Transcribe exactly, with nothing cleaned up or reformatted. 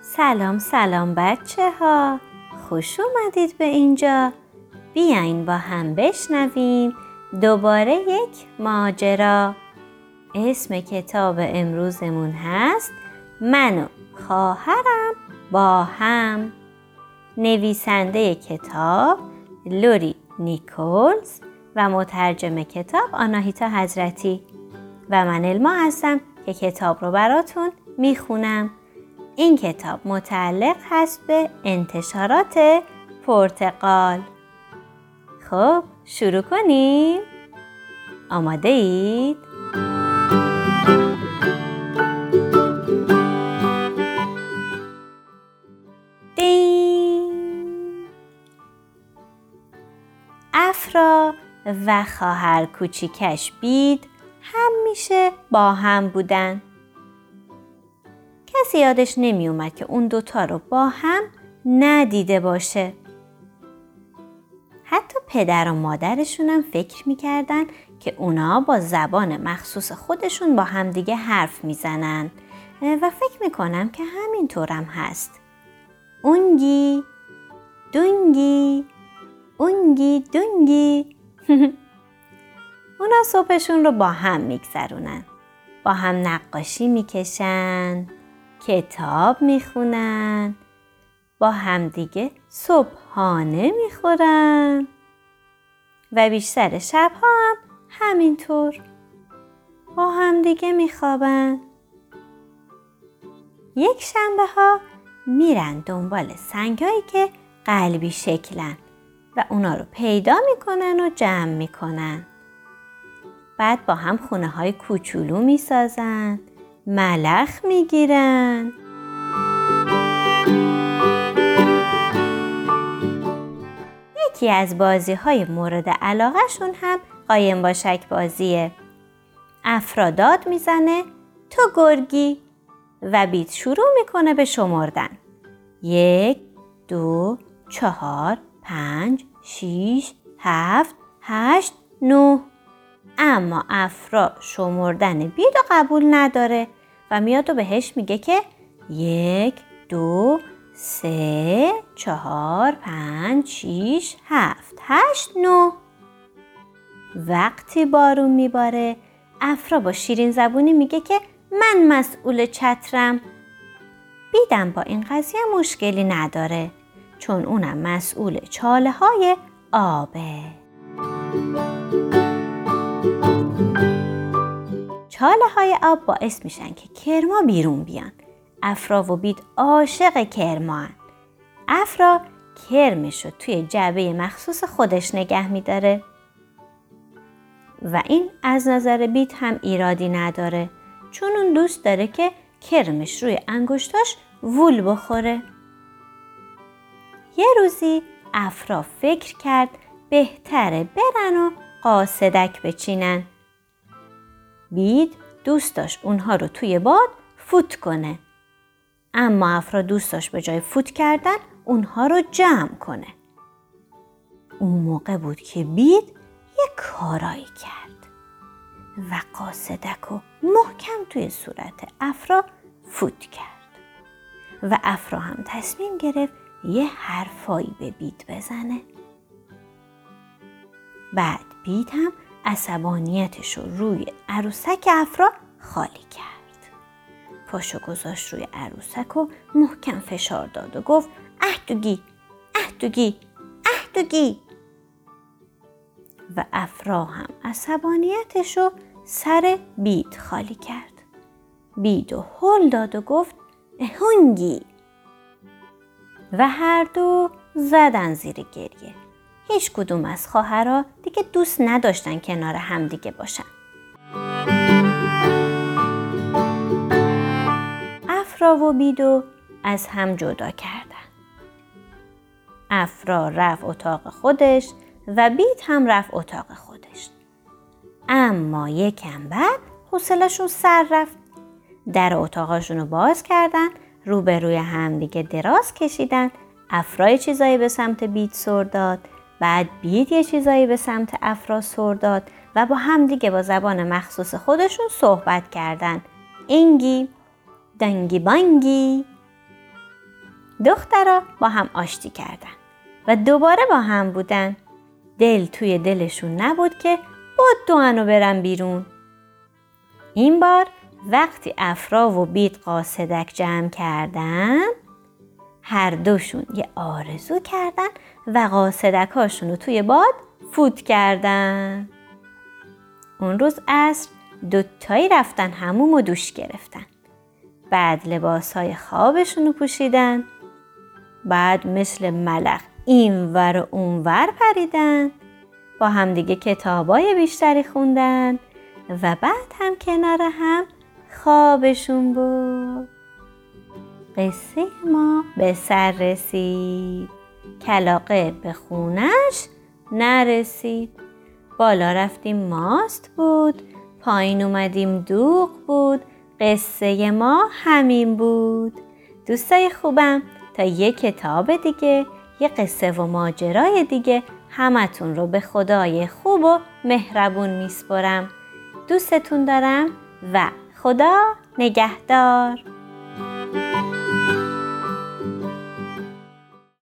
سلام سلام بچه ها، خوش اومدید به اینجا. بیاین با هم بشنویم دوباره یک ماجرا. اسم کتاب امروزمون هست من و خواهرم با هم. نویسنده کتاب لوری نیکولز و مترجم کتاب آناهیتا حضرتی و من الما هستم که کتاب رو براتون میخونم. این کتاب متعلق هست به انتشارات پرتقال. خب شروع کنیم؟ آماده اید؟ دین! افرا و خواهر کوچیکش بید همیشه با هم بودن. کسی یادش نمی اومد که اون دوتا رو با هم ندیده باشه. حتی پدر و مادرشون هم فکر میکردن که اونا با زبان مخصوص خودشون با همدیگه حرف میزنن و فکر میکنم که همینطورم هست. اونگی دونگی اونگی دونگی. اونا صبحشون رو با هم میگذرونن. با هم نقاشی میکشن، کتاب میخونن، با همدیگه صبحانه میخورن و بیشتر شبها هم همینطور با همدیگه میخوابن. یک شنبه ها میرن دنبال سنگایی که قلبی شکلن و اونا رو پیدا میکنن و جمع میکنن. بعد با هم خونه های کوچولو میسازن، ملخ میگیرن. یکی از بازی های مورد علاقه شون هم قایم باشک بازیه. افرا داد میزنه تو گرگی و بیت شروع میکنه به شمردن. یک، دو، چهار، پنج، شیش، هفت، هشت، نه. اما افرا شمردن بید و قبول نداره و میاد و بهش میگه که یک، دو، سه، چهار، پنج، شیش، هفت، هشت، نه. وقتی بارون میباره افرا با شیرین زبونی میگه که من مسئول چترم. بیدم با این قضیه مشکلی نداره چون اونم مسئول چاله های آبه. چاله های آب باعث میشن که کرما بیرون بیان. افرا و بید عاشق کرما هن. افرا کرمشو توی جعبه مخصوص خودش نگه میداره و این از نظر بید هم ایرادی نداره چون اون دوست داره که کرمش روی انگشتاش وول بخوره. یه روزی افرا فکر کرد بهتره برن و قاصدک بچینن. بید دوست داشت اونها رو توی باد فوت کنه. اما افرا دوست داشت به جای فوت کردن اونها رو جمع کنه. اون موقع بود که بید یک کارایی کرد و قاصدک رو محکم توی صورت افرا فوت کرد و افرا هم تصمیم گرفت یه حرفایی به بید بزنه. بعد بید هم عصبانیتش رو روی عروسک افرا خالی کرد. پاشو گذاشت روی عروسک و محکم فشار داد و گفت اهدوگی اهدوگی اهدوگی. و افرا هم عصبانیتش رو سر بید خالی کرد. بید و هل داد و گفت اهونگی. و هر دو زدن زیر گریه. هیچ کدوم از خواهرها دیگه دوست نداشتن کنار هم دیگه باشن. افرا و بیدو از هم جدا کردن. افرا رفت اتاق خودش و بید هم رفت اتاق خودش. اما یکم بعد حوصله‌شون سر رفت. در اتاقشون رو باز کردن، روبروی هم دیگه دراز کشیدن. افرا چیزایی به سمت بید سر داد، بعد بید یه چیزایی به سمت افرا سر داد و با هم دیگه با زبان مخصوص خودشون صحبت کردن. اینگی، دنگی بانگی. دخترها با هم آشتی کردن و دوباره با هم بودن. دل توی دلشون نبود که بدوئن و برن بیرون. این بار وقتی افرا و بید قاصدک جمع کردن، هر دوشون یه آرزو کردن و قاصدکاشون رو توی باد فوت کردن. اون روز عصر دوتایی رفتن حموم و دوش گرفتن. بعد لباسهای خوابشون رو پوشیدن. بعد مثل ملخ این ور و اون ور پریدن. با هم دیگه کتابای بیشتری خوندن و بعد هم کنار هم خوابشون بود. قصه ما به سر رسید. کلاغه به خونش نرسید. بالا رفتیم ماست بود، پایین اومدیم دوغ بود. قصه ما همین بود. دوستای خوبم، تا یک کتاب دیگه، یه قصه و ماجرای دیگه، همتون رو به خدای خوب و مهربون میسپرم. دوستتون دارم و خدا نگهدار.